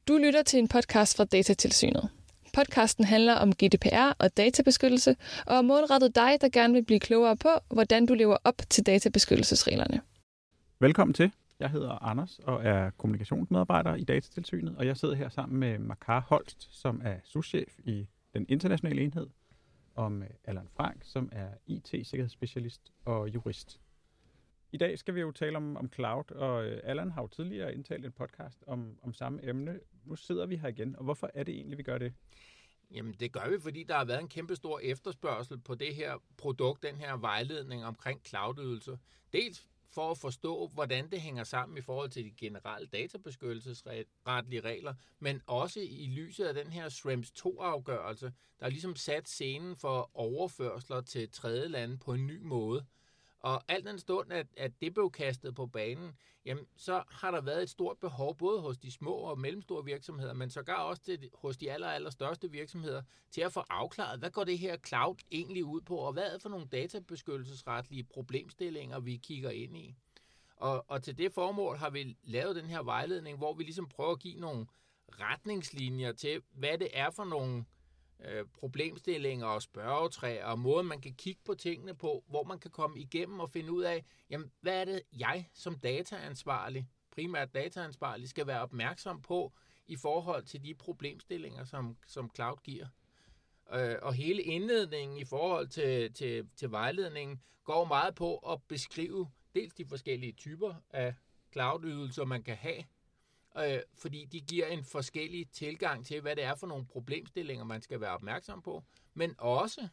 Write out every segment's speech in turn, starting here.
Du lytter til en podcast fra Datatilsynet. Podcasten handler om GDPR og databeskyttelse, og er målrettet dig, der gerne vil blive klogere på, hvordan du lever op til databeskyttelsesreglerne. Velkommen til. Jeg hedder Anders og er kommunikationsmedarbejder i Datatilsynet, og jeg sidder her sammen med Makar Holst, som er souschef i den internationale enhed, og med Allan Frank, som er IT-sikkerhedsspecialist og jurist. I dag skal vi jo tale om cloud, og Allan har jo tidligere indtalt en podcast om samme emne. Nu sidder vi her igen, og hvorfor er det egentlig, vi gør det? Jamen det gør vi, fordi der har været en kæmpe stor efterspørgsel på det her produkt, den her vejledning omkring cloud-ydelser. Dels for at forstå, hvordan det hænger sammen i forhold til de generelle databeskyttelsesretlige regler, men også i lyset af den her Schrems II-afgørelse, der har ligesom sat scenen for overførsler til tredje lande på en ny måde. Og alt den stund, at det blev kastet på banen, jamen, så har der været et stort behov, både hos de små og mellemstore virksomheder, men sågar også hos de allerstørste virksomheder, til at få afklaret, hvad går det her cloud egentlig ud på, og hvad er det for nogle databeskyttelsesretlige problemstillinger, vi kigger ind i. Og til det formål har vi lavet den her vejledning, hvor vi ligesom prøver at give nogle retningslinjer til, hvad det er for nogle problemstillinger og spørgetræer og måden, man kan kigge på tingene på, hvor man kan komme igennem og finde ud af, jamen, hvad er det, jeg som dataansvarlig, primært dataansvarlig, skal være opmærksom på i forhold til de problemstillinger, som cloud giver. Og hele indledningen i forhold til vejledningen går meget på at beskrive dels de forskellige typer af cloud-ydelser, man kan have, fordi de giver en forskellig tilgang til, hvad det er for nogle problemstillinger, man skal være opmærksom på, men også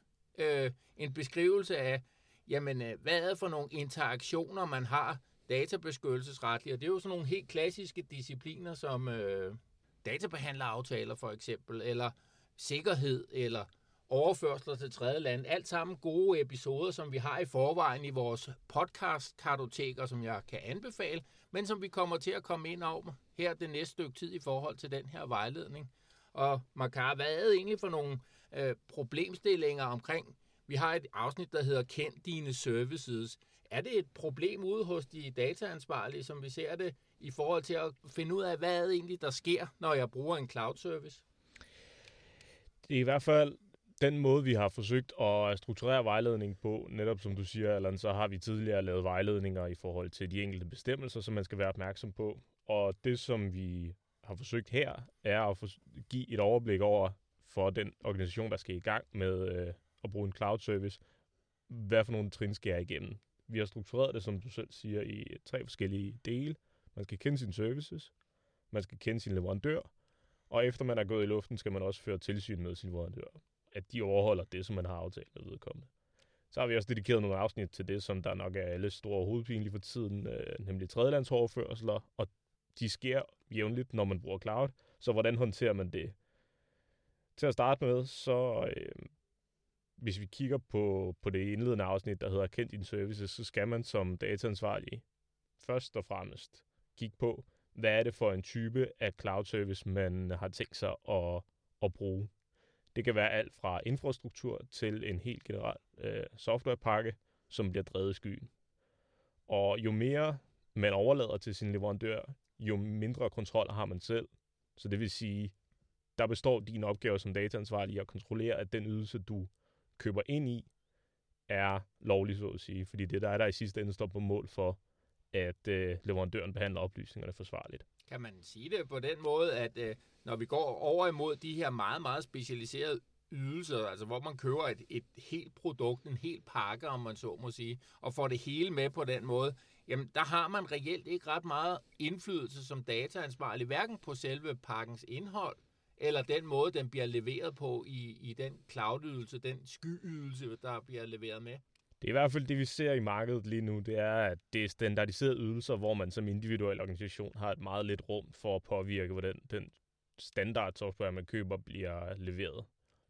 en beskrivelse af, jamen, hvad er det for nogle interaktioner, man har databeskyttelsesretligt, og det er jo sådan nogle helt klassiske discipliner, som databehandleraftaler for eksempel, eller sikkerhed, eller overførsler til tredje land. Alt sammen gode episoder, som vi har i forvejen i vores podcast-kartoteker, som jeg kan anbefale, men som vi kommer til at komme ind over her det næste stykke tid i forhold til den her vejledning. Og Makar, hvad er det egentlig for nogle problemstillinger omkring? Vi har et afsnit, der hedder Kend dine services. Er det et problem ude hos de dataansvarlige, som vi ser det, i forhold til at finde ud af, hvad er det egentlig, der sker, når jeg bruger en cloud-service? Det er i hvert fald den måde, vi har forsøgt at strukturere vejledning på, netop som du siger, Allan, så har vi tidligere lavet vejledninger i forhold til de enkelte bestemmelser, som man skal være opmærksom på. Og det, som vi har forsøgt her, er at give et overblik over for den organisation, der skal i gang med at bruge en cloud service, hvad for nogle trin skal jeg igennem. Vi har struktureret det, som du selv siger, i 3 forskellige dele. Man skal kende sine services, man skal kende sin leverandør, og efter man er gået i luften, skal man også føre tilsyn med sin leverandør, at de overholder det, som man har aftalt med vedkommende. Så har vi også dedikeret nogle afsnit til det, som der nok er alle store hovedpine lige for tiden, nemlig tredjelandsoverførsler, og de sker jævnligt, når man bruger cloud. Så hvordan håndterer man det? Til at starte med, så hvis vi kigger på det indledende afsnit, der hedder Kend dine services, så skal man som dataansvarlig først og fremmest kigge på, hvad er det for en type af cloud service, man har tænkt sig at bruge. Det kan være alt fra infrastruktur til en helt generel softwarepakke, som bliver drevet i skyen. Og jo mere man overlader til sin leverandør, jo mindre kontrol har man selv. Så det vil sige, der består din opgave som dataansvarlig at kontrollere, at den ydelse, du køber ind i, er lovlig, så at sige. Fordi det er der i sidste ende står på mål for, at leverandøren behandler oplysningerne forsvarligt. Kan man sige det på den måde, at når vi går over imod de her meget, meget specialiserede ydelser, altså hvor man køber et helt produkt, en hel pakke, om man så må sige, og får det hele med på den måde, jamen der har man reelt ikke ret meget indflydelse som dataansvarlig, hverken på selve pakkens indhold, eller den måde, den bliver leveret på i den cloud-ydelse, den skyydelse, der bliver leveret med. Det er i hvert fald det, vi ser i markedet lige nu, det er, at det er standardiserede ydelser, hvor man som individuel organisation har et meget lidt rum for at påvirke, hvordan den standard software, man køber, bliver leveret.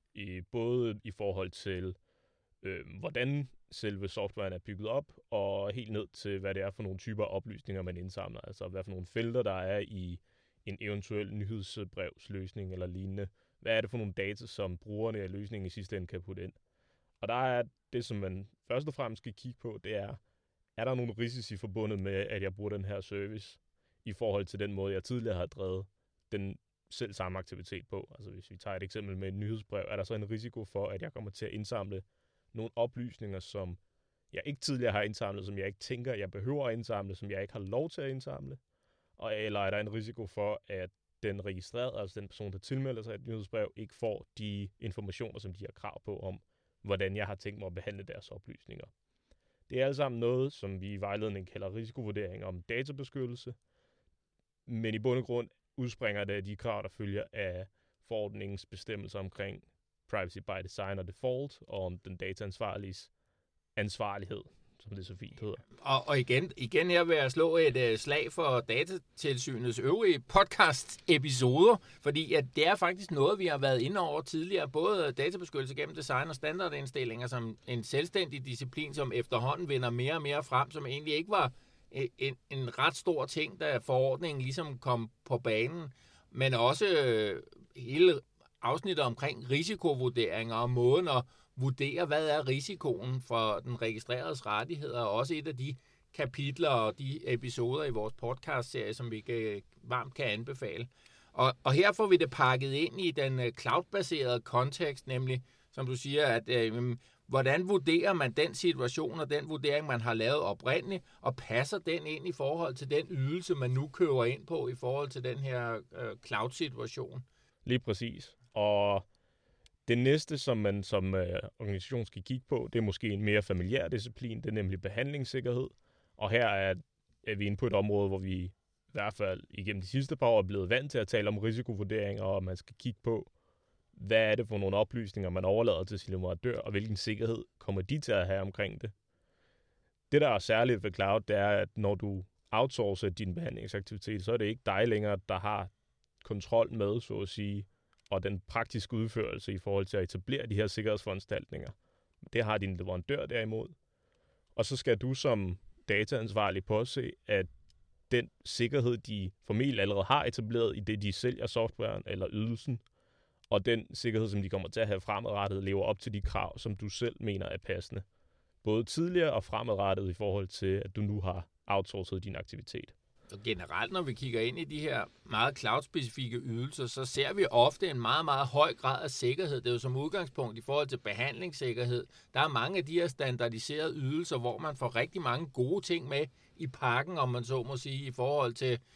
Både i forhold til, hvordan selve softwaren er bygget op, og helt ned til, hvad det er for nogle typer oplysninger, man indsamler. Altså, hvad for nogle felter, der er i en eventuel nyhedsbrevsløsning eller lignende. Hvad er det for nogle data, som brugerne af løsningen i sidste ende kan putte ind? Og der er det, som man først og fremmest skal kigge på, det er der nogle risici forbundet med, at jeg bruger den her service, i forhold til den måde, jeg tidligere har drevet den selv samme aktivitet på. Altså hvis vi tager et eksempel med et nyhedsbrev, er der så en risiko for, at jeg kommer til at indsamle nogle oplysninger, som jeg ikke tidligere har indsamlet, som jeg ikke tænker, jeg behøver at indsamle, som jeg ikke har lov til at indsamle? Eller er der en risiko for, at den registrerede, altså den person, der tilmelder sig et nyhedsbrev, ikke får de informationer, som de har krav på om, hvordan jeg har tænkt mig at behandle deres oplysninger? Det er alt sammen noget, som vi i vejledningen kalder risikovurdering om databeskyttelse, men i bund og grund udspringer det af de krav, der følger af forordningens bestemmelser omkring privacy by design og default, og om den dataansvarliges ansvarlighed, som det så fint hedder. Og igen her vil jeg slå et slag for Datatilsynets øvrige podcast-episoder, fordi at det er faktisk noget, vi har været inde over tidligere, både databeskyttelse gennem design og standardindstillinger som en selvstændig disciplin, som efterhånden vinder mere og mere frem, som egentlig ikke var en ret stor ting, da forordningen ligesom kom på banen, men også hele afsnittet omkring risikovurderinger og måden at vurdere, hvad er risikoen for den registreredes rettigheder, og også et af de kapitler og de episoder i vores podcast-serie, som vi varmt kan anbefale. Og her får vi det pakket ind i den cloud-baserede kontekst, nemlig, som du siger, at hvordan vurderer man den situation og den vurdering, man har lavet oprindeligt, og passer den ind i forhold til den ydelse, man nu køber ind på i forhold til den her cloud-situation? Lige præcis. Og det næste, som man som organisation skal kigge på, det er måske en mere familiær disciplin, det er nemlig behandlingssikkerhed. Og her er vi inde på et område, hvor vi i hvert fald igennem de sidste par år er blevet vant til at tale om risikovurderinger, og man skal kigge på, hvad er det for nogle oplysninger, man overlader til sin leverandør, og hvilken sikkerhed kommer de til at have omkring det. Det, der er særligt ved cloud, det er, at når du outsourcer din behandlingsaktivitet, så er det ikke dig længere, der har kontrol med, så at sige, og den praktiske udførelse i forhold til at etablere de her sikkerhedsforanstaltninger. Det har din leverandør derimod. Og så skal du som dataansvarlig påse, at den sikkerhed, de formentlig allerede har etableret i det, de sælger softwaren eller ydelsen, og den sikkerhed, som de kommer til at have fremadrettet, lever op til de krav, som du selv mener er passende. Både tidligere og fremadrettet i forhold til, at du nu har outsourcet din aktivitet. Så generelt, når vi kigger ind i de her meget cloud-specifikke ydelser, så ser vi ofte en meget, meget høj grad af sikkerhed. Det er jo som udgangspunkt i forhold til behandlingssikkerhed. Der er mange af de her standardiserede ydelser, hvor man får rigtig mange gode ting med i pakken, om man så må sige, i forhold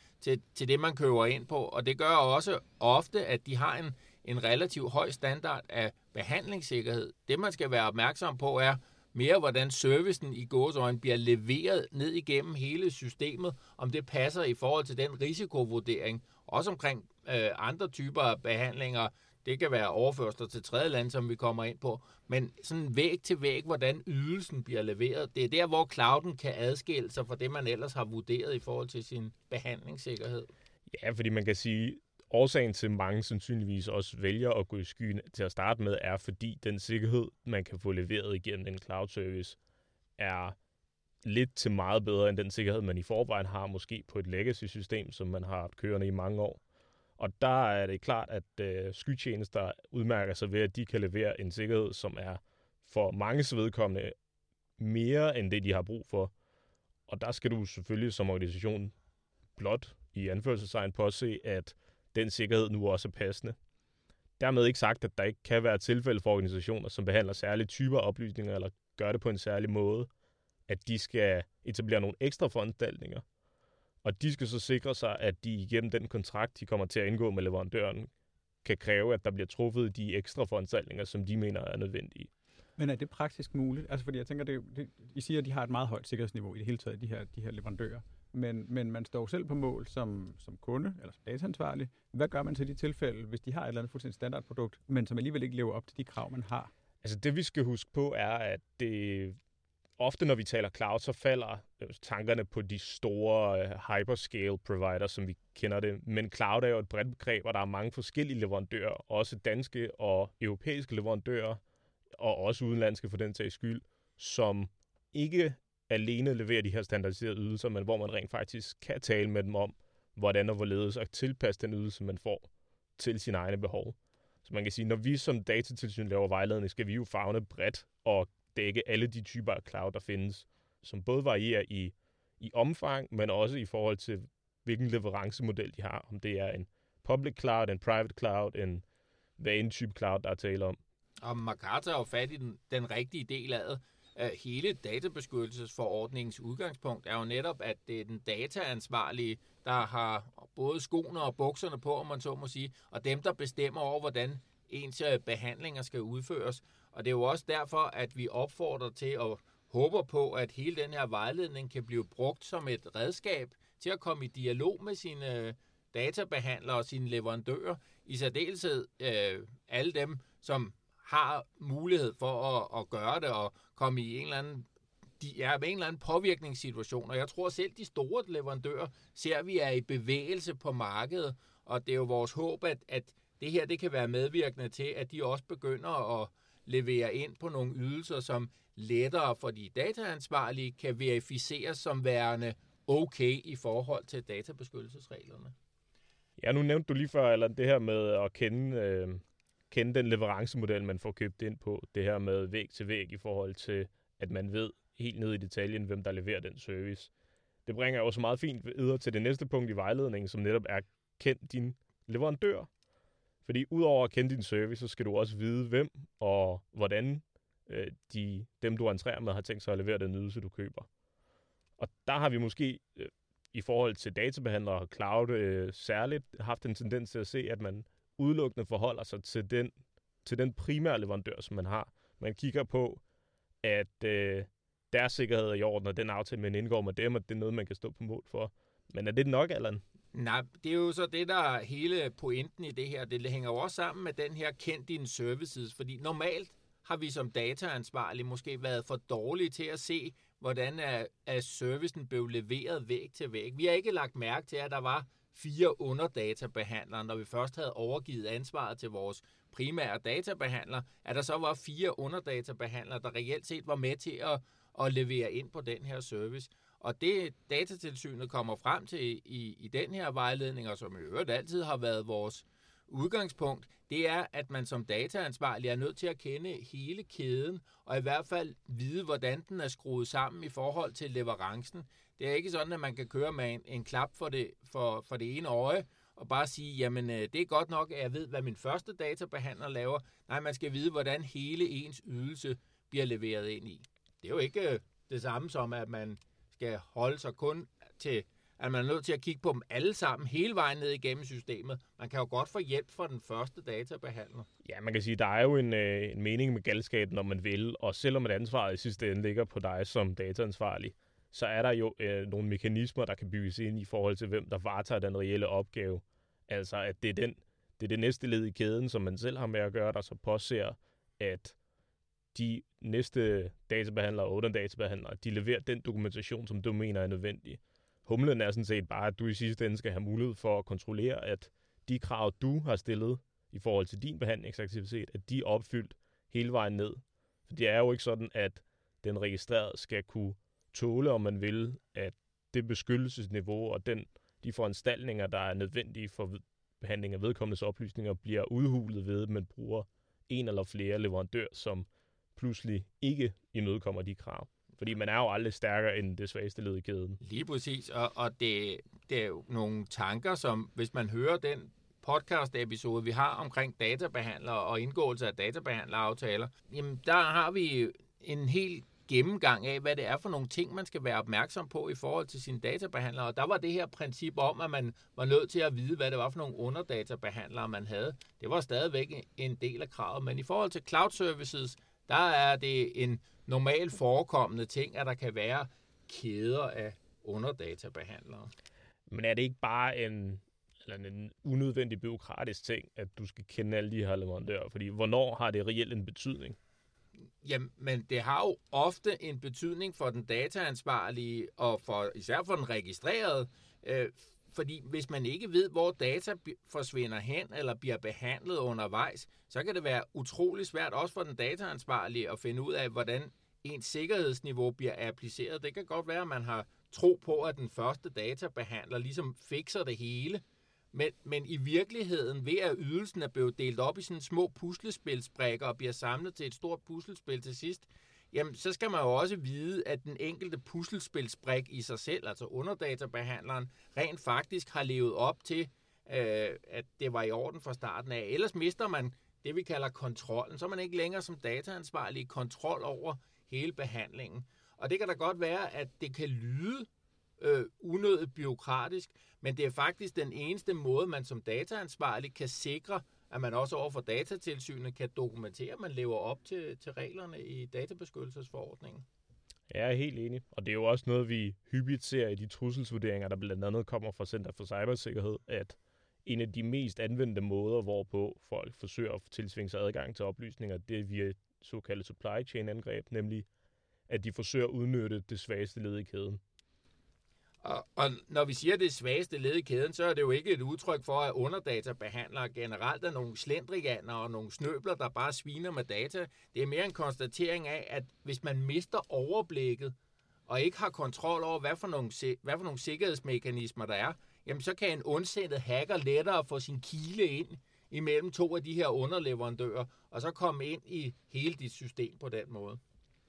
til det, man køber ind på. Og det gør også ofte, at de har en relativt høj standard af behandlingssikkerhed. Det, man skal være opmærksom på, er mere, hvordan servicen i gåseøjne bliver leveret ned igennem hele systemet, om det passer i forhold til den risikovurdering, også omkring andre typer af behandlinger. Det kan være overførsler til tredje land, som vi kommer ind på, men sådan væg til væg, hvordan ydelsen bliver leveret. Det er der, hvor clouden kan adskille sig fra det, man ellers har vurderet i forhold til sin behandlingssikkerhed. Ja, fordi man kan sige, årsagen til mange sandsynligvis også vælger at gå i skyen til at starte med, er fordi den sikkerhed, man kan få leveret igennem en cloud service, er lidt til meget bedre end den sikkerhed, man i forvejen har måske på et legacy-system, som man har kørende i mange år. Og der er det klart, at skytjenester udmærker sig ved, at de kan levere en sikkerhed, som er for manges vedkommende mere end det, de har brug for. Og der skal du selvfølgelig som organisation blot i anførselstegn påse, at den sikkerhed nu også er passende. Dermed ikke sagt, at der ikke kan være tilfælde for organisationer, som behandler særlige typer oplysninger eller gør det på en særlig måde, at de skal etablere nogle ekstra foranstaltninger. Og de skal så sikre sig, at de igennem den kontrakt, de kommer til at indgå med leverandøren, kan kræve, at der bliver truffet de ekstra foranstaltninger, som de mener er nødvendige. Men er det praktisk muligt? Altså fordi jeg tænker, I siger, at de har et meget højt sikkerhedsniveau i det hele taget, de her leverandører. Men man står selv på mål som kunde eller som dataansvarlig. Hvad gør man til de tilfælde, hvis de har et eller andet fuldstændig standardprodukt, men som alligevel ikke lever op til de krav, man har? Altså det, vi skal huske på, er, at det ofte, når vi taler cloud, så falder tankerne på de store hyperscale providers, som vi kender det. Men cloud er jo et bredt begreb, og der er mange forskellige leverandører, også danske og europæiske leverandører, og også udenlandske for den sags skyld, som ikke alene leverer de her standardiserede ydelser, men hvor man rent faktisk kan tale med dem om, hvordan og hvorledes at tilpasse den ydelse, man får til sine egne behov. Så man kan sige, når vi som datatilsyn laver vejledning, skal vi jo favne bredt og dække alle de typer af cloud, der findes, som både varierer i omfang, men også i forhold til, hvilken leverancemodel de har. Om det er en public cloud, en private cloud, en hvad en type cloud, der er tale om. Og Makar tager jo fat i den rigtige del af det. Hele databeskyttelsesforordningens udgangspunkt er jo netop, at det er den dataansvarlige, der har både skoene og bukserne på, om man så må sige, og dem, der bestemmer over, hvordan ens behandlinger skal udføres. Og det er jo også derfor, at vi opfordrer til og håber på, at hele den her vejledning kan blive brugt som et redskab til at komme i dialog med sine databehandlere og sine leverandører, i særdeleshed alle dem, som har mulighed for at gøre det og komme i en eller anden påvirkningssituation. Og jeg tror selv, de store leverandører ser, at vi er i bevægelse på markedet, og det er jo vores håb, at det her det kan være medvirkende til, at de også begynder at levere ind på nogle ydelser, som lettere for de dataansvarlige kan verificeres som værende okay i forhold til databeskyttelsesreglerne. Ja, nu nævnte du lige før, eller det her med at kende den leverancemodel, man får købt ind på. Det her med væg til væg i forhold til, at man ved helt ned i detaljen, hvem der leverer den service. Det bringer jo så meget fint videre til det næste punkt i vejledningen, som netop er kend din leverandør. Fordi udover at kende din service, så skal du også vide, hvem og hvordan dem, du entrerer med, har tænkt sig at levere den ydelse, du køber. Og der har vi måske i forhold til databehandlere og cloud særligt haft en tendens til at se, at man udelukkende forholder sig til den primære leverandør, som man har. Man kigger på, at deres sikkerhed er i orden, og den aftale, man indgår med dem, og det er noget, man kan stå på mål for. Men er det nok, Allan? Nej, det er jo så det, der er hele pointen i det her. Det hænger jo også sammen med den her kend dine services, fordi normalt har vi som dataansvarlige måske været for dårlige til at se, hvordan er servicen blev leveret væg til væg. Vi har ikke lagt mærke til, at der var 4 underdatabehandlere, når vi først havde overgivet ansvaret til vores primære databehandler, at der så var 4 underdatabehandlere, der reelt set var med til at levere ind på den her service. Og det Datatilsynet kommer frem til i den her vejledning, og som i øvrigt altid har været vores udgangspunkt, det er, at man som dataansvarlig er nødt til at kende hele kæden, og i hvert fald vide, hvordan den er skruet sammen i forhold til leverancen. Det er ikke sådan, at man kan køre med en klap for det ene øje, og bare sige, jamen det er godt nok, at jeg ved, hvad min første databehandler laver. Nej, man skal vide, hvordan hele ens ydelse bliver leveret ind i. Det er jo ikke det samme som, at man skal holde sig kun til, at man er nødt til at kigge på dem alle sammen hele vejen ned igennem systemet. Man kan jo godt få hjælp fra den første databehandler. Ja, man kan sige, der er jo en mening med galskab, når man vil, og selvom et ansvar i sidste ende ligger på dig som dataansvarlig, så er der jo nogle mekanismer, der kan bygges ind i forhold til, hvem der varetager den reelle opgave. Altså, at det er det næste led i kæden, som man selv har med at gøre, der så påser, at de næste databehandlere og underdatabehandlere, de leverer den dokumentation, som du mener er nødvendig. Humlen er sådan set bare, at du i sidste ende skal have mulighed for at kontrollere, at de krav, du har stillet i forhold til din behandlingsaktivitet, at de er opfyldt hele vejen ned. For det er jo ikke sådan, at den registrerede skal kunne tåle, om man vil, at det beskyttelsesniveau og de foranstaltninger, der er nødvendige for behandling af vedkommendes oplysninger, bliver udhulet ved, at man bruger en eller flere leverandører, som pludselig ikke imødekommer de krav. Fordi man er jo aldrig stærkere end det svageste led i kæden. Lige præcis, og det er jo nogle tanker, som hvis man hører den podcast-episode, vi har omkring databehandlere og indgåelse af databehandleraftaler, jamen der har vi en helt gennemgang af, hvad det er for nogle ting, man skal være opmærksom på i forhold til sine databehandlere. Og der var det her princip om, at man var nødt til at vide, hvad det var for nogle underdatabehandlere, man havde. Det var stadigvæk en del af kravet. Men i forhold til cloud services, der er det en normalt forekommende ting, at der kan være kæder af underdatabehandlere. Men er det ikke bare en unødvendig bureaukratisk ting, at du skal kende alle de her leverandører? Fordi hvornår har det reelt en betydning? Jamen, men det har jo ofte en betydning for den dataansvarlige, og især for den registrerede, fordi hvis man ikke ved, hvor data forsvinder hen, eller bliver behandlet undervejs, så kan det være utrolig svært, også for den dataansvarlige, at finde ud af, hvordan ens sikkerhedsniveau bliver appliceret. Det kan godt være, at man har tro på, at den første databehandler ligesom fikser det hele, men i virkeligheden, ved at ydelsen er blevet delt op i sådan små puslespilsbrikker og bliver samlet til et stort puslespil til sidst, jamen så skal man jo også vide, at den enkelte puslespilsbrik i sig selv, altså underdatabehandleren, rent faktisk har levet op til at det var i orden fra starten af. Ellers mister man det, vi kalder kontrollen. Så er man ikke længere som dataansvarlig kontrol over hele behandlingen. Og det kan da godt være, at det kan lyde unødigt bureaukratisk, men det er faktisk den eneste måde, man som dataansvarlig kan sikre, at man også overfor Datatilsynet kan dokumentere, at man lever op til reglerne i databeskyttelsesforordningen. Jeg er helt enig, og det er jo også noget, vi hyppigt ser i de trusselsvurderinger, der blandt andet kommer fra Center for Cybersikkerhed, at en af de mest anvendte måder, hvorpå folk forsøger at tilsvinge sig adgang til oplysninger, det er via såkaldte supply chain angreb, nemlig at de forsøger at udnytte det svageste led i kæden. Og når vi siger det svageste led i kæden, så er det jo ikke et udtryk for, at underdatabehandlere generelt er nogle slendrianer og nogle snøbler, der bare sviner med data. Det er mere en konstatering af, at hvis man mister overblikket og ikke har kontrol over, hvad for nogle sikkerhedsmekanismer der er, jamen så kan en ondsættet hacker lettere få sin kile ind imellem to af de her underleverandører, og så komme ind i hele dit system på den måde.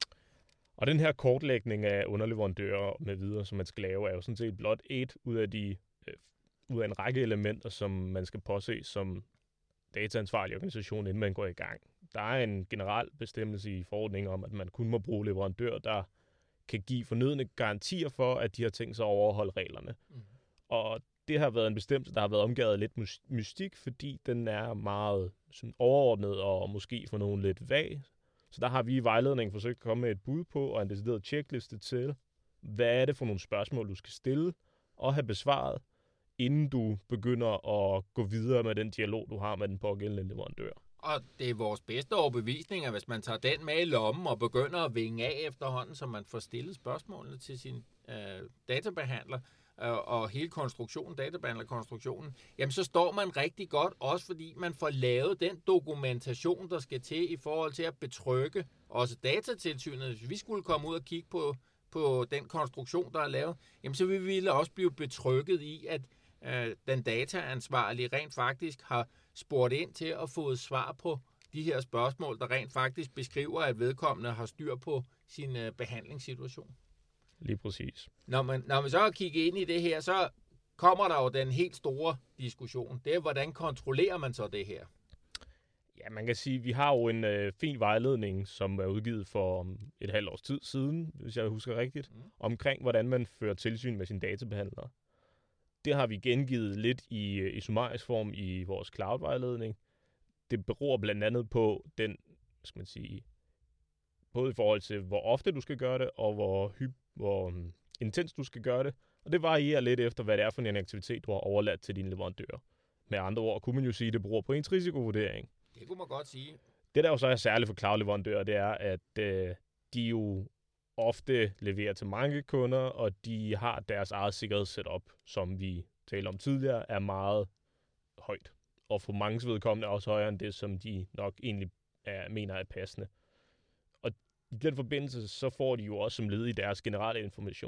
Og den her kortlægning af underleverandører med videre, som man skal lave, er jo sådan set blot et ud af en række elementer, som man skal påse som dataansvarlig organisation, inden man går i gang. Der er en generel bestemmelse i forordningen om, at man kun må bruge leverandører, der kan give fornødne garantier for, at de har tænkt sig at overholde reglerne. Og det har været en bestemmelse, der har været omgivet lidt mystik, fordi den er meget sådan overordnet og måske for nogen lidt vag. Så der har vi i vejledningen forsøgt at komme med et bud på og en decideret checkliste til, hvad er det for nogle spørgsmål, du skal stille og have besvaret, inden du begynder at gå videre med den dialog, du har med den pågældende leverandør. Og det er vores bedste overbevisning, at hvis man tager den med i lommen og begynder at vinge af efterhånden, så man får stillet spørgsmålene til sin databehandler, og hele konstruktionen, databehandlerkonstruktionen, jamen så står man rigtig godt, også fordi man får lavet den dokumentation, der skal til i forhold til at betrygge også Datatilsynet. Hvis vi skulle komme ud og kigge på den konstruktion, der er lavet, jamen så vil vi også blive betrygget i, at den dataansvarlige rent faktisk har spurgt ind til at få et svar på de her spørgsmål, der rent faktisk beskriver, at vedkommende har styr på sin behandlingssituation. Lige præcis. Når man så kigger ind i det her, så kommer der jo den helt store diskussion. Det er, hvordan kontrollerer man så det her? Ja, man kan sige, at vi har jo en fin vejledning, som er udgivet for et halvt års tid siden, hvis jeg husker rigtigt, omkring, hvordan man fører tilsyn med sine databehandlere. Det har vi gengivet lidt i summarisk form i vores cloud-vejledning. Det beror blandt andet på den, skal man sige, både i forhold til, hvor ofte du skal gøre det, og hvor intens du skal gøre det. Og det varierer lidt efter, hvad det er for en aktivitet, du har overladt til dine leverandører. Med andre ord kunne man jo sige, at det beror på ens risikovurdering. Det kunne man godt sige. Det, der jo så er særligt for cloud-leverandører, det er, at de jo ofte leverer til mange kunder, og de har deres eget sikkerhedssetup, som vi talte om tidligere, er meget højt. Og for manges vedkommende også højere end det, som de nok egentlig mener er passende. Og i den forbindelse, så får de jo også som led i deres generelle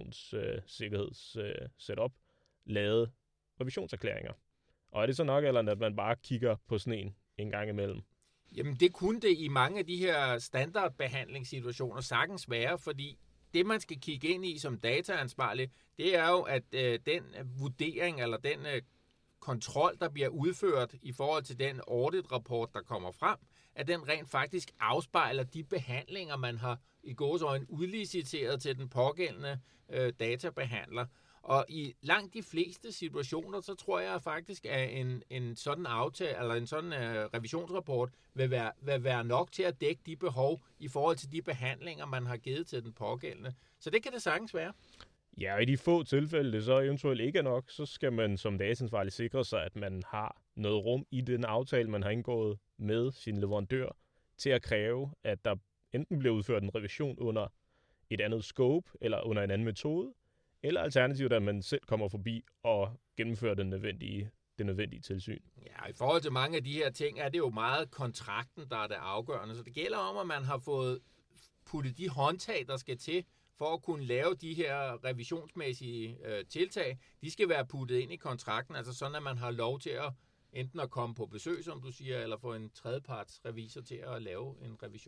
informationssikkerhedssetup lavet revisionserklæringer. Og er det så nok, eller at man bare kigger på sådan en gang imellem? Jamen det kunne det i mange af de her standardbehandlingssituationer sagtens være, fordi det man skal kigge ind i som dataansvarlig, det er jo, at den vurdering eller den kontrol, der bliver udført i forhold til den audit-rapport, der kommer frem, at den rent faktisk afspejler de behandlinger, man har i gåseøjne udliciteret til den pågældende databehandler. Og i langt de fleste situationer, så tror jeg faktisk, at en sådan aftale eller en sådan revisionsrapport vil være nok til at dække de behov i forhold til de behandlinger, man har givet til den pågældende. Så det kan det sagtens være. Ja, og i de få tilfælde, det så eventuelt ikke er nok, så skal man som dataansvarlig sikre sig, at man har noget rum i den aftale, man har indgået med sin leverandør, til at kræve, at der enten bliver udført en revision under et andet scope eller under en anden metode, eller alternativt, at man selv kommer forbi og gennemfører det nødvendige tilsyn. Ja, i forhold til mange af de her ting, er det jo meget kontrakten, der er det afgørende. Så det gælder om, at man har fået puttet de håndtag, der skal til, for at kunne lave de her revisionsmæssige tiltag. De skal være puttet ind i kontrakten, altså sådan, at man har lov til at enten at komme på besøg, som du siger, eller få en tredjeparts revisor til at lave en revision.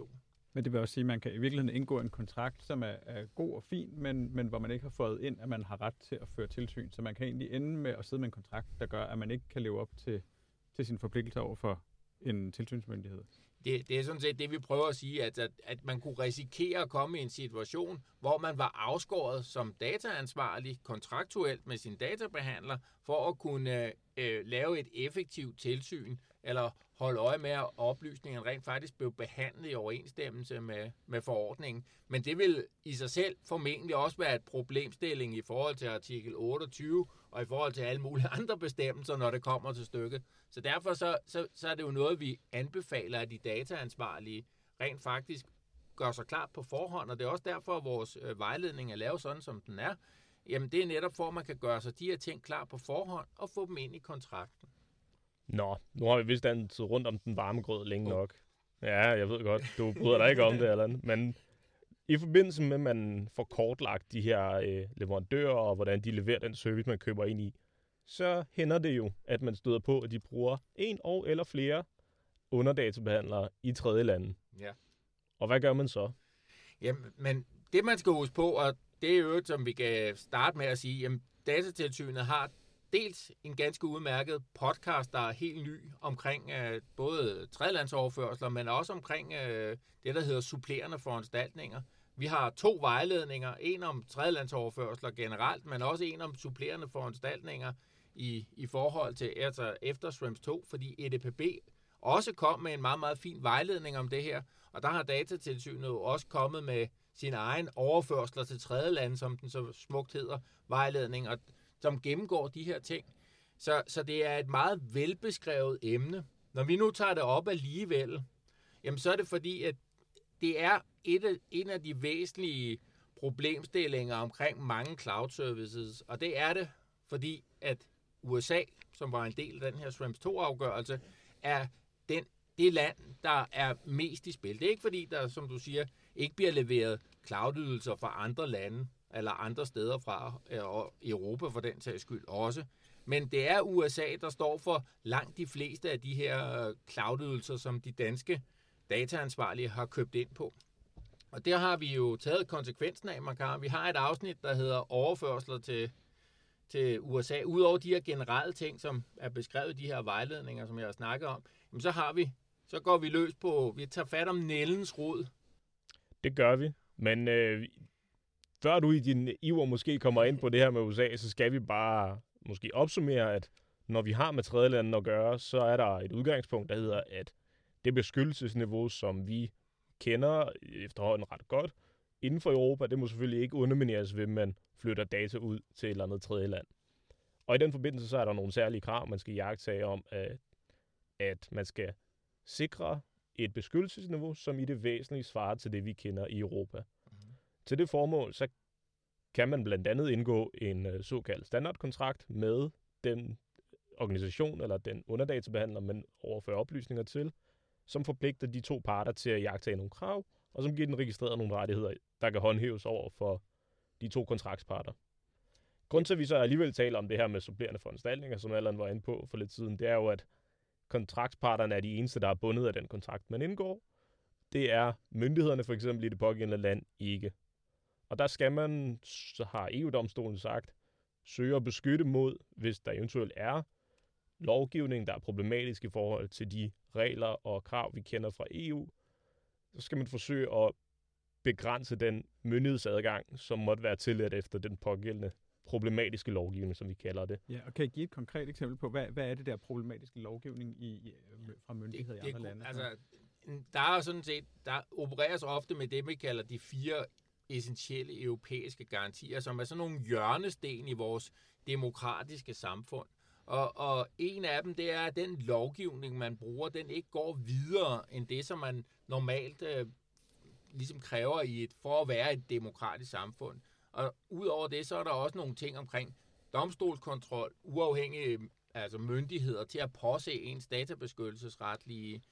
Men det vil også sige, at man kan i virkeligheden indgå en kontrakt, som er god og fin, men hvor man ikke har fået ind, at man har ret til at føre tilsyn. Så man kan egentlig ende med at sidde med en kontrakt, der gør, at man ikke kan leve op til sine forpligtelser over for en tilsynsmyndighed. Det er sådan set det, vi prøver at sige, at man kunne risikere at komme i en situation, hvor man var afskåret som dataansvarlig kontraktuelt med sin databehandler, for at kunne lave et effektivt tilsyn, eller holde øje med, at oplysningerne rent faktisk blev behandlet i overensstemmelse med forordningen. Men det vil i sig selv formentlig også være et problemstilling i forhold til artikel 28, og i forhold til alle mulige andre bestemmelser, når det kommer til stykket. Så derfor så er det jo noget, vi anbefaler, at de dataansvarlige rent faktisk gør sig klart på forhånd, og det er også derfor, at vores vejledning er lavet sådan, som den er. Jamen det er netop for, at man kan gøre sig de her ting klar på forhånd, og få dem ind i kontrakten. Nå, nu har vi vist danset rundt om den varme grød længe nok. Ja, jeg ved godt, du bryder dig ikke om det, eller andet. Men i forbindelse med, at man får kortlagt de her leverandører, og hvordan de leverer den service, man køber ind i, så hænder det jo, at man støder på, at de bruger en eller flere underdatabehandlere i tredje lande. Ja. Og hvad gør man så? Jamen, men det man skal huske på, og det er jo, som vi kan starte med at sige, jamen, Datatilsynet har dels en ganske udmærket podcast, der er helt ny omkring både tredjelandsoverførsler, men også omkring det, der hedder supplerende foranstaltninger. Vi har 2 vejledninger, en om tredjelandsoverførsler generelt, men også en om supplerende foranstaltninger i forhold til efter Schrems 2, fordi EDPB også kom med en meget, meget fin vejledning om det her, og der har Datatilsynet jo også kommet med sin egen overførsler til tredjelande, som den så smukt hedder, vejledning, og som gennemgår de her ting. Så det er et meget velbeskrevet emne. Når vi nu tager det op alligevel, jamen så er det fordi, at det er en af de væsentlige problemstillinger omkring mange cloud services, og det er det, fordi at USA, som var en del af den her Schrems 2-afgørelse, er det land, der er mest i spil. Det er ikke fordi, der, som du siger, ikke bliver leveret cloud-ydelser fra andre lande, eller andre steder fra Europa for den sags skyld også. Men det er USA, der står for langt de fleste af de her cloud-ydelser, som de danske dataansvarlige har købt ind på. Og der har vi jo taget konsekvensen af, vi har et afsnit, der hedder overførsler til USA. Udover de her generelle ting, som er beskrevet i de her vejledninger, som jeg har snakket om, så går vi løs på, vi tager fat om nældens rod. Det gør vi, men før du i din iver måske kommer ind på det her med USA, så skal vi bare måske opsummere, at når vi har med tredjelanden at gøre, så er der et udgangspunkt, der hedder, at det beskyttelsesniveau, som vi kender efterhånden ret godt inden for Europa, det må selvfølgelig ikke undermineres ved, at man flytter data ud til et eller andet tredjeland. Og i den forbindelse, så er der nogle særlige krav, man skal iagttage om, at man skal sikre et beskyttelsesniveau, som i det væsentlige svarer til det, vi kender i Europa. Mm-hmm. Til det formål, så kan man blandt andet indgå en såkaldt standardkontrakt med den organisation eller den underdatabehandler, man overfører oplysninger til, som forpligter de 2 parter til at iagttage nogle krav, og som giver den registreret nogle rettigheder, der kan håndhæves over for de 2 kontraktsparter. Grunden til, at vi så alligevel taler om det her med supplerende foranstaltninger, som Allan var inde på for lidt siden, det er jo, at kontraktsparterne er de eneste, der er bundet af den kontrakt, man indgår. Det er myndighederne for eksempel i det pågældende land ikke. Og der skal man, så har EU-domstolen sagt, søge at beskytte mod, hvis der eventuelt er lovgivning, der er problematisk i forhold til de regler og krav, vi kender fra EU, så skal man forsøge at begrænse den myndighedsadgang, som måtte være tilladt efter den pågældende problematiske lovgivning, som vi kalder det. Ja, og kan I give et konkret eksempel på, hvad er det der problematiske lovgivning fra myndigheder i andre lande? Altså, der er sådan set, der opereres ofte med det, vi kalder de 4 essentielle europæiske garantier, som er sådan nogle hjørnesten i vores demokratiske samfund. Og en af dem, det er, at den lovgivning, man bruger, den ikke går videre end det, som man normalt ligesom kræver for at være et demokratisk samfund. Og udover det, så er der også nogle ting omkring domstolskontrol, uafhængige myndigheder til at påse ens databeskyttelsesretlige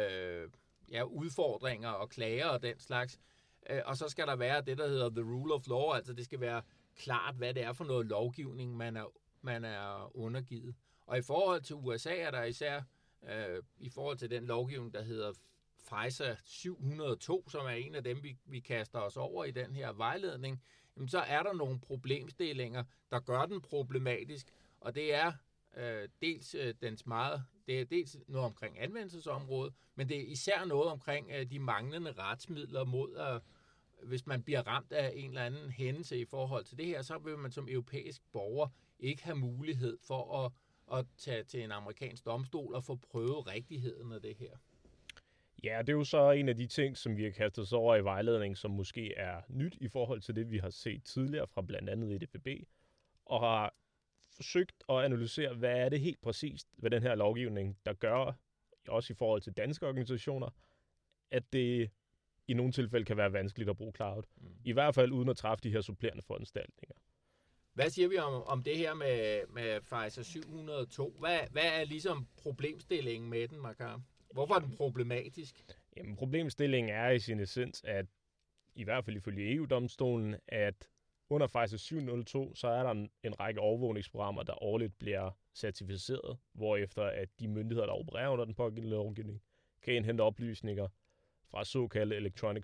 udfordringer og klager og den slags. Og så skal der være det, der hedder the rule of law, altså det skal være klart, hvad det er for noget lovgivning, man er undergivet. Og i forhold til USA er der især, i forhold til den lovgivning, der hedder FISA 702, som er en af dem, vi kaster os over i den her vejledning, jamen, så er der nogle problemstillinger, der gør den problematisk, og det er dels noget omkring anvendelsesområdet, men det er især noget omkring de manglende retsmidler mod, hvis man bliver ramt af en eller anden hændelse i forhold til det her, så vil man som europæisk borger ikke have mulighed for at tage til en amerikansk domstol og få prøvet rigtigheden af det her. Ja, det er jo så en af de ting, som vi har kastet os over i vejledning, som måske er nyt i forhold til det, vi har set tidligere fra blandt andet EDPB, og har forsøgt at analysere, hvad er det helt præcist ved den her lovgivning, der gør, også i forhold til danske organisationer, at det i nogle tilfælde kan være vanskeligt at bruge cloud. I hvert fald uden at træffe de her supplerende foranstaltninger. Hvad siger vi om det her med FISA 702? Hvad er ligesom problemstillingen med den, Makar? Hvorfor er den problematisk? Jamen, problemstillingen er i sin essens, at i hvert fald ifølge EU-domstolen, at under FISA 702, så er der en række overvågningsprogrammer, der årligt bliver certificeret, hvorefter at de myndigheder, der opererer under den pågældende lovgivning, kan indhente oplysninger fra såkaldte Electronic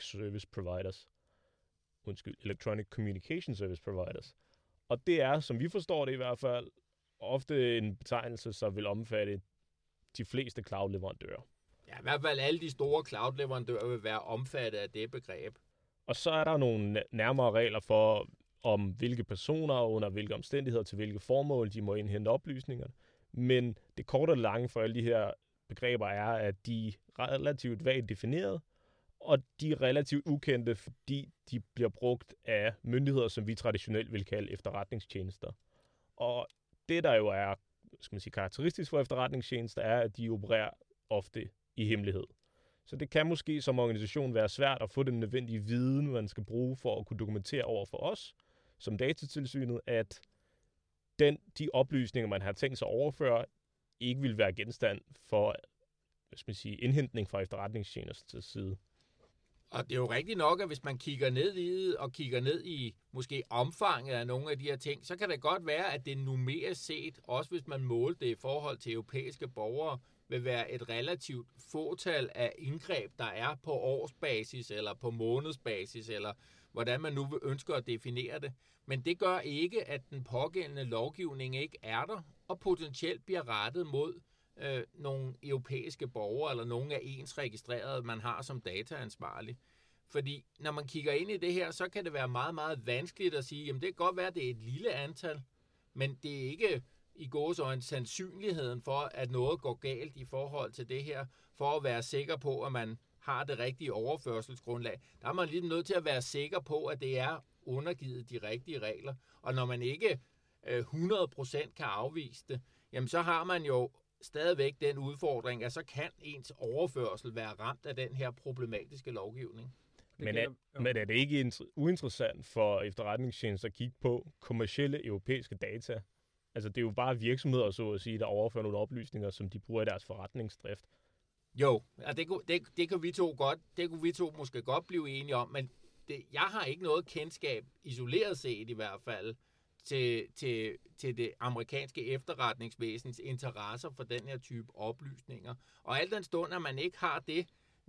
Communication Service Providers. Og det er, som vi forstår det i hvert fald, ofte en betegnelse, som vil omfatte de fleste cloud-leverandører. Ja, i hvert fald alle de store cloud-leverandører vil være omfattet af det begreb. Og så er der nogle nærmere regler for, om hvilke personer og under hvilke omstændigheder til hvilke formål de må indhente oplysningerne. Men det korte og lange for alle de her begreber er, at de er relativt vagt defineret, og de er relativt ukendte, fordi de bliver brugt af myndigheder, som vi traditionelt vil kalde efterretningstjenester. Og det, der jo er karakteristisk for efterretningstjenester, er, at de opererer ofte i hemmelighed. Så det kan måske som organisation være svært at få den nødvendige viden, man skal bruge for at kunne dokumentere over for os, som Datatilsynet, at de oplysninger, man har tænkt sig at overføre, ikke vil være genstand for indhentning fra efterretningstjenesters side. Og det er jo rigtigt nok, at hvis man kigger ned i det, og kigger ned i måske omfanget af nogle af de her ting, så kan det godt være, at det numerisk set, også hvis man måler det i forhold til europæiske borgere, vil være et relativt fåtal af indgreb, der er på årsbasis, eller på månedsbasis, eller hvordan man nu ønsker at definere det. Men det gør ikke, at den pågældende lovgivning ikke er der, og potentielt bliver rettet mod nogle europæiske borgere, eller nogle af ens registrerede, man har som dataansvarlig. Fordi når man kigger ind i det her, så kan det være meget, meget vanskeligt at sige, jamen det kan godt være, at det er et lille antal, men det er ikke i gåseøjne sandsynligheden for, at noget går galt i forhold til det her, for at være sikker på, at man har det rigtige overførselsgrundlag. Der er man lidt nødt til at være sikker på, at det er undergivet de rigtige regler. Og når man ikke 100% kan afvise det, jamen så har man jo stadigvæk den udfordring, at så kan ens overførsel være ramt af den her problematiske lovgivning. Men er det ikke uinteressant for efterretningstjenester at kigge på kommercielle europæiske data? Altså det er jo bare virksomheder, så at sige, der overfører nogle oplysninger, som de bruger i deres forretningsdrift. Jo, og det kunne vi to måske godt blive enige om, men jeg har ikke noget kendskab, isoleret set i hvert fald, til det amerikanske efterretningsvæsens interesser for den her type oplysninger. Og al den stund, at man ikke har det,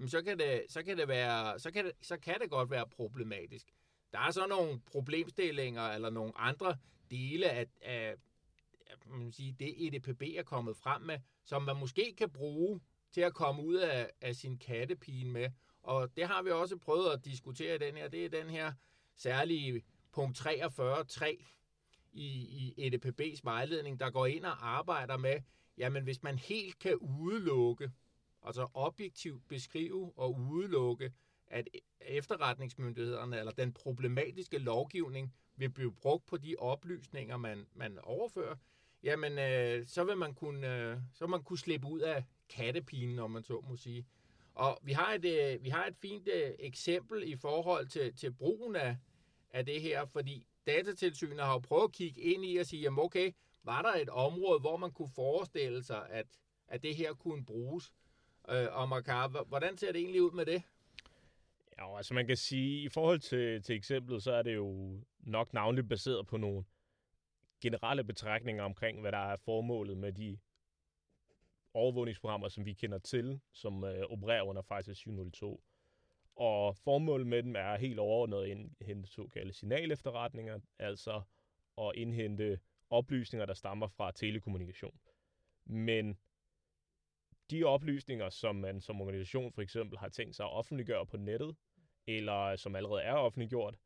så kan det godt være problematisk. Der er så nogle problemstillinger eller nogle andre dele af man sige, det EDPB er kommet frem med, som man måske kan bruge til at komme ud af sin kattepine med. Og det har vi også prøvet at diskutere i den her. Det er den her særlige punkt 43.3 i EDPB's vejledning, der går ind og arbejder med, jamen hvis man helt kan udelukke, altså objektivt beskrive og udelukke, at efterretningsmyndighederne eller den problematiske lovgivning vil blive brugt på de oplysninger, man overfører, jamen så vil man kunne slippe ud af kattepinen, om man så må sige. Og vi har et fint eksempel i forhold til brugen af det her, fordi Datatilsynet har jo prøvet at kigge ind i og sige, jamen okay, var der et område, hvor man kunne forestille sig, at det her kunne bruges? Og Makar, hvordan ser det egentlig ud med det? Ja, altså man kan sige, i forhold til eksemplet, så er det jo nok navnligt baseret på nogle generelle betragtninger omkring, hvad der er formålet med de overvågningsprogrammer, som vi kender til, som opererer under FISA 702. Og formålet med dem er helt overordnet at indhente såkaldte signalefterretninger, altså at indhente oplysninger, der stammer fra telekommunikation. Men de oplysninger, som man som organisation for eksempel har tænkt sig at offentliggøre på nettet, eller som allerede er offentliggjort,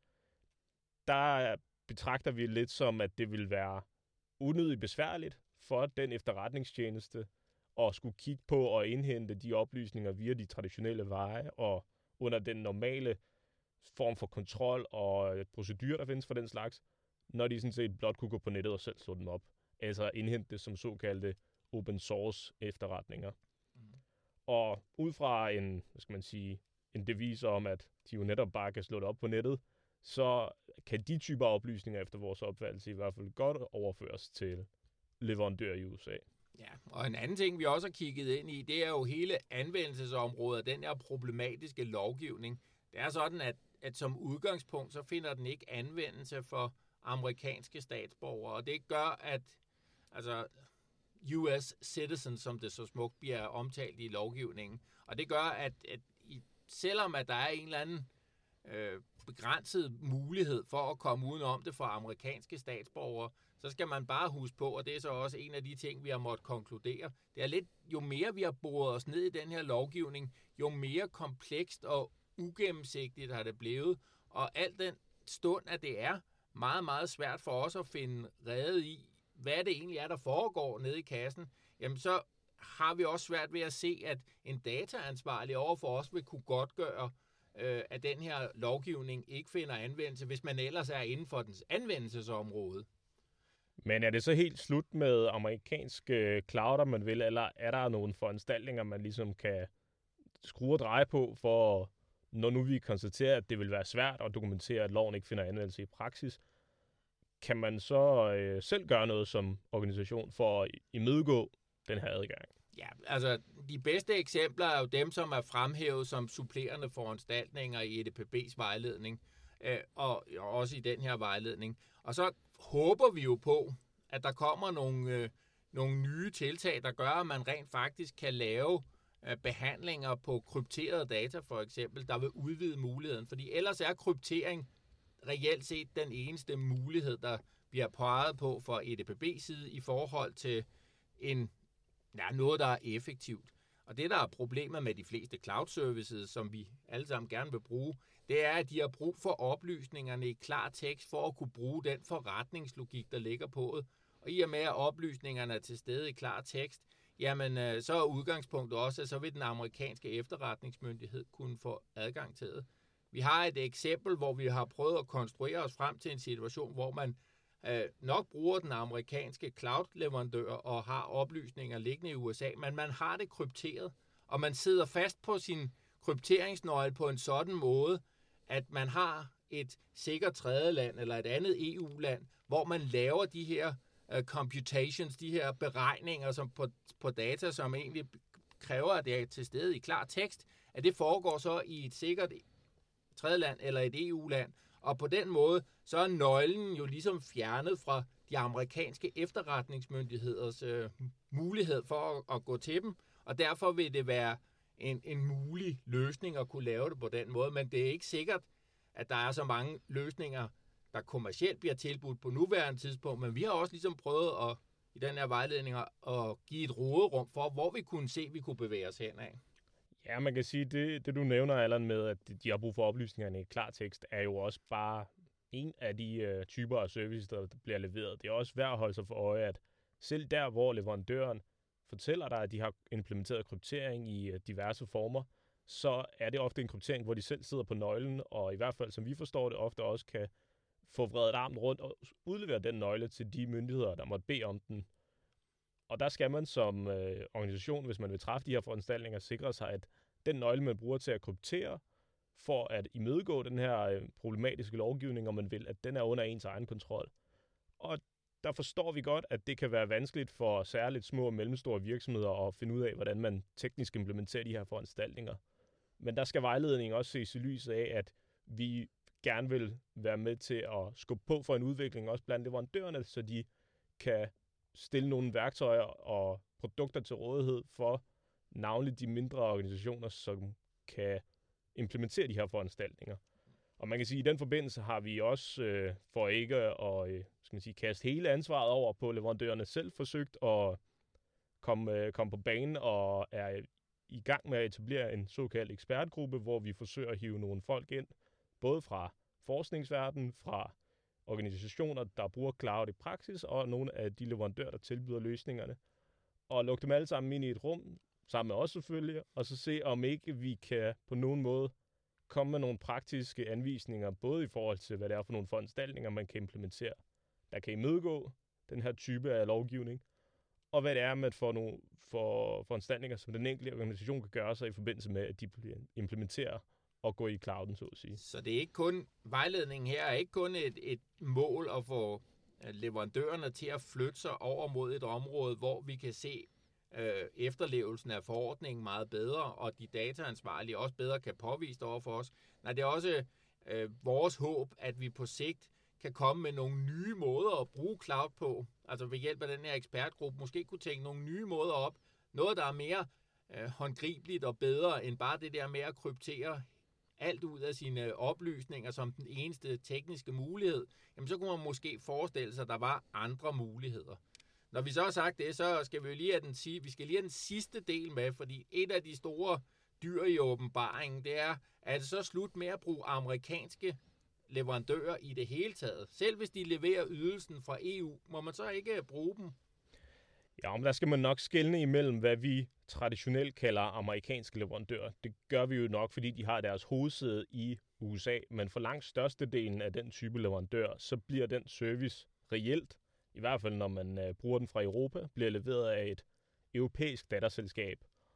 der betragter vi lidt som, at det vil være unødigt besværligt for den efterretningstjeneste at skulle kigge på og indhente de oplysninger via de traditionelle veje og under den normale form for kontrol og procedur, der findes for den slags, når de sådan set blot kunne gå på nettet og selv slå dem op. Altså indhente det som såkaldte open source efterretninger. Og ud fra en devis om, at de jo netop bare kan slå det op på nettet, så kan de typer oplysninger efter vores opfattelse i hvert fald godt overføres til leverandører i USA. Ja, og en anden ting, vi også har kigget ind i, det er jo hele anvendelsesområdet, den her problematiske lovgivning. Det er sådan, at som udgangspunkt, så finder den ikke anvendelse for amerikanske statsborgere, og det gør, at altså US citizens, som det så smukt bliver omtalt i lovgivningen, og det gør, at selvom at der er en eller anden begrænset mulighed for at komme udenom det for amerikanske statsborgere, så skal man bare huske på, og det er så også en af de ting, vi har måttet konkludere, det er lidt, jo mere vi har boret os ned i den her lovgivning, jo mere komplekst og ugennemsigtigt har det blevet, og alt den stund, at det er meget, meget svært for os at finde rede i, hvad det egentlig er, der foregår nede i kassen, jamen så har vi også svært ved at se, at en dataansvarlig overfor os vil kunne godtgøre, at den her lovgivning ikke finder anvendelse, hvis man ellers er inden for dens anvendelsesområde. Men er det så helt slut med amerikanske clouder, man vil, eller er der nogle foranstaltninger, man ligesom kan skrue og dreje på, for når nu vi konstaterer, at det vil være svært at dokumentere, at loven ikke finder anvendelse i praksis, kan man så selv gøre noget som organisation for at imødegå den her adgang? Ja, altså de bedste eksempler er jo dem, som er fremhævet som supplerende foranstaltninger i EDPB's vejledning, og også i den her vejledning. Og så håber vi jo på, at der kommer nogle nye tiltag, der gør, at man rent faktisk kan lave behandlinger på krypterede data, for eksempel, der vil udvide muligheden. Fordi ellers er kryptering reelt set den eneste mulighed, der bliver peget på fra EDPB's side i forhold til noget, der er effektivt. Og det, der er problemet med de fleste cloud services, som vi alle sammen gerne vil bruge, det er, at de har brug for oplysningerne i klar tekst for at kunne bruge den forretningslogik, der ligger på det. Og i og med, at oplysningerne er til stede i klar tekst, jamen så er udgangspunktet også, at så vil den amerikanske efterretningsmyndighed kunne få adgang til det. Vi har et eksempel, hvor vi har prøvet at konstruere os frem til en situation, hvor man nok bruger den amerikanske cloud-leverandør og har oplysninger liggende i USA, men man har det krypteret, og man sidder fast på sin krypteringsnøgle på en sådan måde, at man har et sikkert tredjeland eller et andet EU-land, hvor man laver de her computations, de her beregninger som på data, som egentlig kræver, at det er til stede i klar tekst, at det foregår så i et sikkert tredjeland eller et EU-land, og på den måde, så er nøglen jo ligesom fjernet fra de amerikanske efterretningsmyndigheders mulighed for at gå til dem, og derfor vil det være en mulig løsning at kunne lave det på den måde, men det er ikke sikkert, at der er så mange løsninger, der kommercielt bliver tilbudt på nuværende tidspunkt, men vi har også ligesom prøvet i den her vejledning at give et råderum for, hvor vi kunne se, at vi kunne bevæge os henad. Ja, man kan sige, det du nævner, Allan, med, at de har brug for oplysningerne i klartekst, er jo også bare en af de typer af services, der bliver leveret. Det er også værd at holde sig for øje, at selv der, hvor leverandøren fortæller dig, at de har implementeret kryptering i diverse former, så er det ofte en kryptering, hvor de selv sidder på nøglen, og i hvert fald, som vi forstår det, ofte også kan få vredet armen rundt og udlevere den nøgle til de myndigheder, der måtte bede om den. Og der skal man som organisation, hvis man vil træffe de her foranstaltninger, sikre sig, at den nøgle, man bruger til at kryptere, for at imødegå den her problematiske lovgivning, og man vil, at den er under ens egen kontrol. Og der forstår vi godt, at det kan være vanskeligt for særligt små og mellemstore virksomheder at finde ud af, hvordan man teknisk implementerer de her foranstaltninger. Men der skal vejledningen også ses i lyset af, at vi gerne vil være med til at skubbe på for en udvikling, også blandt leverandørerne, så de kan stille nogle værktøjer og produkter til rådighed for navnlig de mindre organisationer, som kan implementere de her foranstaltninger. Og man kan sige, at i den forbindelse har vi også, for ikke at kaste hele ansvaret over på leverandørerne selv, forsøgt at komme på banen og er i gang med at etablere en såkaldt ekspertgruppe, hvor vi forsøger at hive nogle folk ind, både fra forskningsverdenen, fra organisationer, der bruger cloud i praksis, og nogle af de leverandører, der tilbyder løsningerne, og lukke dem alle sammen ind i et rum, sammen med os selvfølgelig, og så se, om ikke vi kan på nogen måde komme med nogle praktiske anvisninger, både i forhold til, hvad det er for nogle foranstaltninger, man kan implementere, der kan imødegå den her type af lovgivning, og hvad det er med for foranstaltninger, som den enkelte organisation kan gøre sig i forbindelse med, at de implementerer og gå i clouden, så at sige. Så det er ikke kun, vejledningen her er ikke kun et mål at få leverandørerne til at flytte sig over mod et område, hvor vi kan se efterlevelsen af forordningen meget bedre, og de dataansvarlige også bedre kan påvise over for os. Nej, det er også vores håb, at vi på sigt kan komme med nogle nye måder at bruge cloud på, altså ved hjælp af den her ekspertgruppe, måske kunne tænke nogle nye måder op, noget der er mere håndgribeligt og bedre, end bare det der med at kryptere alt ud af sine oplysninger som den eneste tekniske mulighed, jamen så kunne man måske forestille sig, at der var andre muligheder. Når vi så har sagt det, så skal vi jo lige have den sidste del med, fordi et af de store dyr i åbenbaringen, det er, at det så slut med at bruge amerikanske leverandører i det hele taget. Selv hvis de leverer ydelsen fra EU, må man så ikke bruge dem? Ja, men der skal man nok skelne imellem, hvad vi traditionelt kalder amerikanske leverandører. Det gør vi jo nok, fordi de har deres hovedsæde i USA, men for langt størstedelen af den type leverandør, så bliver den service reelt, i hvert fald når man bruger den fra Europa, bliver leveret af et europæisk datterselskab.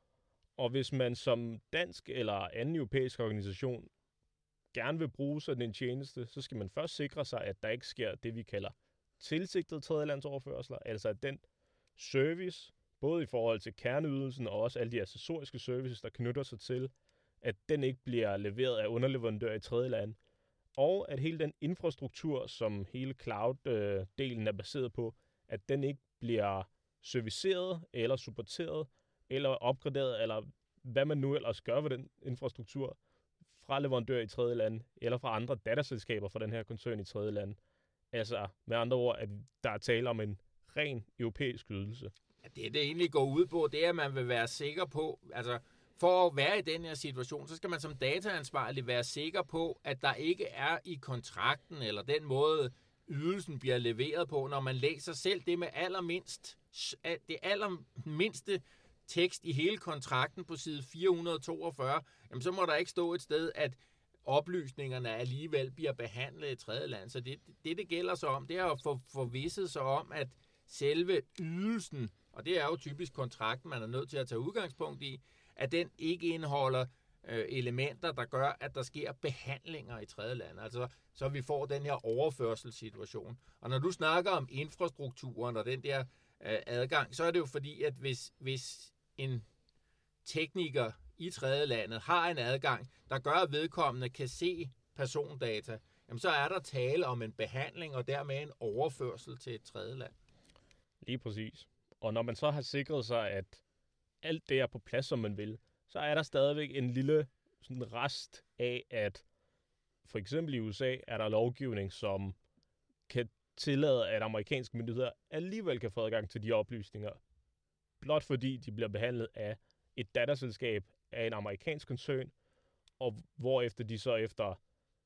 Og hvis man som dansk eller anden europæisk organisation gerne vil bruge sådan en tjeneste, så skal man først sikre sig, at der ikke sker det, vi kalder tilsigtede tredjelandsoverførsler, altså at den service, både i forhold til kerneydelsen og også alle de accessoriske services, der knytter sig til, at den ikke bliver leveret af underleverandører i tredjeland, og at hele den infrastruktur, som hele cloud-delen er baseret på, at den ikke bliver serviceret eller supporteret eller opgraderet, eller hvad man nu ellers gør ved den infrastruktur fra leverandører i tredjeland eller fra andre datterselskaber fra den her koncern i tredjeland. Altså med andre ord, at der er tale om en ren europæisk ydelse. Ja, det egentlig går ud på, det er, at man vil være sikker på, altså for at være i den her situation, så skal man som dataansvarlig være sikker på, at der ikke er i kontrakten, eller den måde ydelsen bliver leveret på, når man læser selv det med det allermindste tekst i hele kontrakten på side 442, jamen så må der ikke stå et sted, at oplysningerne alligevel bliver behandlet i tredje land. Så det gælder så om, det er at få forvisset sig om, at selve ydelsen, og det er jo typisk kontrakten, man er nødt til at tage udgangspunkt i, at den ikke indeholder elementer, der gør, at der sker behandlinger i tredje land. Altså, så vi får den her overførselssituation. Og når du snakker om infrastrukturen og den der adgang, så er det jo fordi, at hvis en tekniker i tredje landet har en adgang, der gør, at vedkommende kan se persondata, jamen så er der tale om en behandling og dermed en overførsel til et tredje land. Lige præcis. Og når man så har sikret sig, at alt det er på plads, som man vil, så er der stadigvæk en lille sådan rest af, at for eksempel i USA er der lovgivning, som kan tillade, at amerikanske myndigheder alligevel kan få adgang til de oplysninger, blot fordi de bliver behandlet af et datterselskab af en amerikansk koncern, og hvorefter de så efter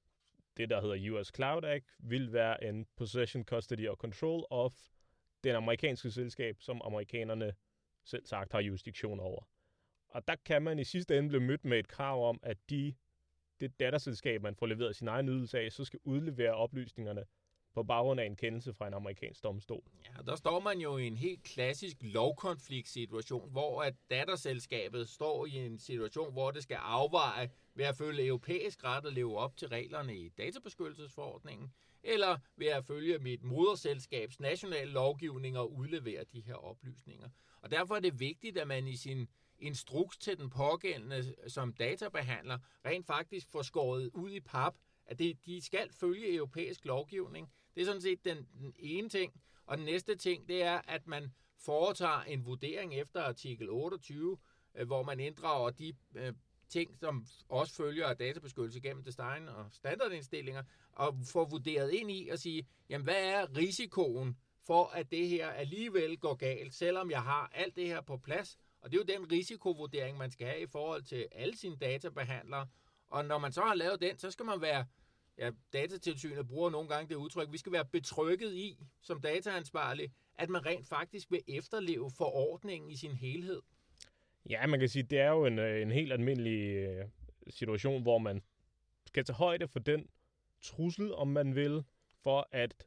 det, der hedder US Cloud Act, vil være en possession, custody og control of den amerikanske selskab, som amerikanerne selv sagt har jurisdiktion over. Og der kan man i sidste ende blive mødt med et krav om, at det datterselskab, man får leveret sin egen ydelse af, så skal udlevere oplysningerne på baggrund af en kendelse fra en amerikansk domstol. Ja, der står man jo i en helt klassisk lovkonfliktsituation, hvor at datterselskabet står i en situation, hvor det skal afveje ved at følge europæisk ret og leve op til reglerne i databeskyttelsesforordningen, eller ved at følge mit moderselskabs nationale lovgivning og udlevere de her oplysninger. Og derfor er det vigtigt, at man i sin instruks til den pågældende som databehandler rent faktisk får skåret ud i pap, at de skal følge europæisk lovgivning. Det er sådan set den ene ting. Og den næste ting, det er, at man foretager en vurdering efter artikel 28, hvor man inddrager de ting, som også følger af databeskyttelse gennem design og standardindstillinger, og får vurderet ind i at sige, jamen hvad er risikoen for, at det her alligevel går galt, selvom jeg har alt det her på plads. Og det er jo den risikovurdering, man skal have i forhold til alle sine databehandlere. Og når man så har lavet den, så skal man være, Datatilsynet bruger nogle gange det udtryk, vi skal være betrygget i, som dataansvarlig, at man rent faktisk vil efterleve forordningen i sin helhed. Ja, man kan sige, det er jo en helt almindelig situation, hvor man skal tage højde for den trussel, om man vil, for at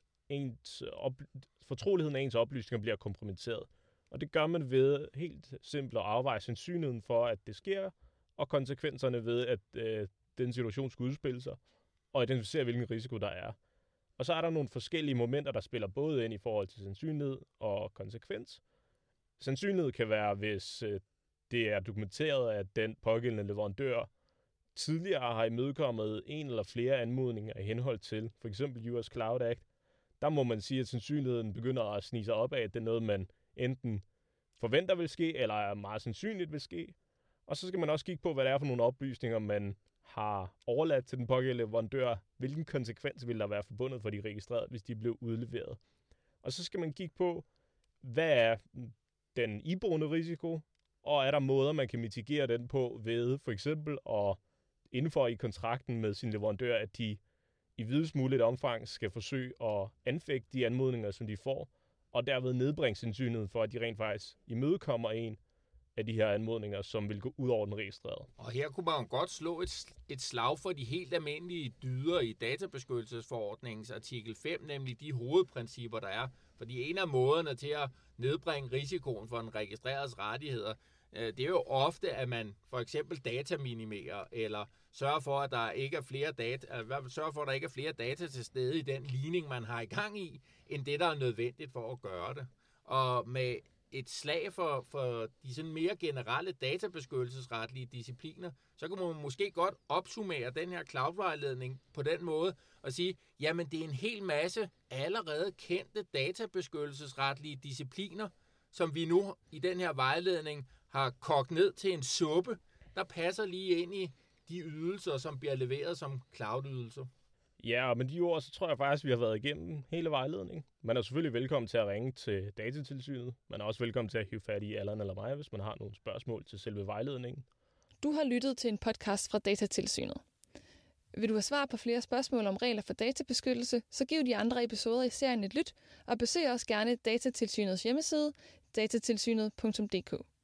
fortroligheden af ens oplysninger bliver kompromitteret. Og det gør man ved helt simpelt at afveje sandsynligheden for, at det sker, og konsekvenserne ved, at den situation skal udspille sig, og identificere, hvilken risiko der er. Og så er der nogle forskellige momenter, der spiller både ind i forhold til sandsynlighed og konsekvens. Sandsynlighed kan være, hvis det er dokumenteret, at den pågældende leverandør tidligere har imødekommet en eller flere anmodninger i henhold til for eksempel US Cloud Act. Der må man sige, at sandsynligheden begynder at snige sig op af, at det er noget, man enten forventer vil ske, eller er meget sandsynligt vil ske. Og så skal man også kigge på, hvad det er for nogle oplysninger, man har overladt til den pågældende leverandør. Hvilken konsekvens vil der være forbundet for de registrerede, hvis de blev udleveret. Og så skal man kigge på, hvad er den iboende risiko, og er der måder, man kan mitigere den på ved for eksempel at indføre i kontrakten med sin leverandør, at de i videst muligt omfang skal forsøge at anfægte de anmodninger, som de får, og derved nedbringe sandsynligheden for, at de rent faktisk imødekommer en af de her anmodninger, som vil gå ud over den registrerede. Og her kunne man jo godt slå et slag for de helt almindelige dyder i databeskyttelsesforordningens artikel 5, nemlig de hovedprincipper, der er. Fordi en af måderne til at nedbringe risikoen for en registrerets rettigheder, det er jo ofte, at man for eksempel dataminimerer, eller sørger for, at der ikke er flere data til stede i den ligning, man har i gang i, end det, der er nødvendigt for at gøre det. Og med et slag for de sådan mere generelle databeskyttelsesretlige discipliner, så kan man måske godt opsummere den her cloud-vejledning på den måde og sige, jamen det er en hel masse allerede kendte databeskyttelsesretlige discipliner, som vi nu i den her vejledning har kogt ned til en suppe, der passer lige ind i de ydelser, som bliver leveret som cloud-ydelser. Ja, og med de ord, så tror jeg faktisk, vi har været igennem hele vejledningen. Man er selvfølgelig velkommen til at ringe til Datatilsynet. Man er også velkommen til at hive fat i Allan eller mig, hvis man har nogle spørgsmål til selve vejledningen. Du har lyttet til en podcast fra Datatilsynet. Vil du have svar på flere spørgsmål om regler for databeskyttelse, så giv de andre episoder i serien et lyt, og besøg også gerne Datatilsynets hjemmeside, datatilsynet.dk.